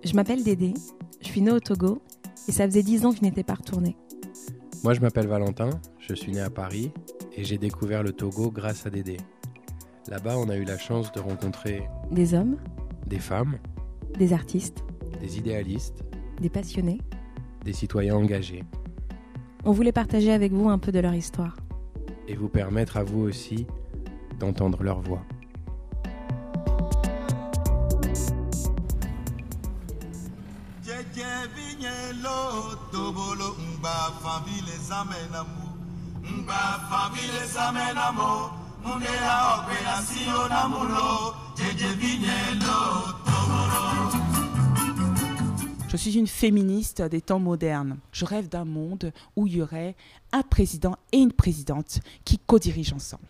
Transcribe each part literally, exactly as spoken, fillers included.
Je m'appelle Dédé, je suis née au Togo et ça faisait dix ans que je n'étais pas retournée. Moi je m'appelle Valentin, je suis né à Paris et j'ai découvert le Togo grâce à Dédé. Là-bas on a eu la chance de rencontrer Des hommes, des femmes, des artistes, des idéalistes, des passionnés. des citoyens engagés On voulait partager avec vous un peu de leur histoire. et vous permettre à vous aussi d'entendre leur voix. Je suis une féministe des temps modernes. Je rêve d'un monde où il y aurait un président et une présidente qui co-dirigent ensemble.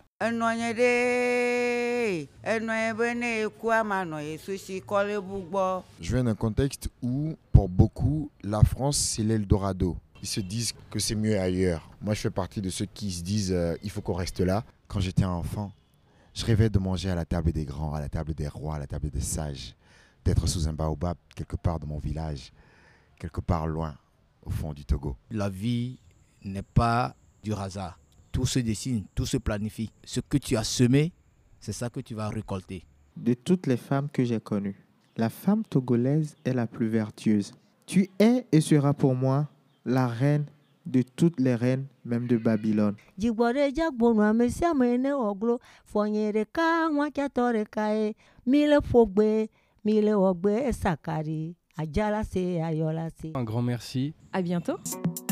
Je viens d'un contexte où, pour beaucoup, la France, c'est l'Eldorado. Ils se disent que c'est mieux ailleurs. Moi, je fais partie de ceux qui se disent euh, il faut qu'on reste là. Quand j'étais enfant, je rêvais de manger à la table des grands, à la table des rois, à la table des sages, d'être sous un baobab quelque part dans mon village, quelque part loin, au fond du Togo. La vie n'est pas du hasard. Tout se dessine, tout se planifie. Ce que tu as semé, c'est ça que tu vas récolter. De toutes les femmes que j'ai connues, la femme togolaise est la plus vertueuse. Tu es et seras pour moi la reine de toutes les reines, même de Babylone. Un grand merci. À bientôt.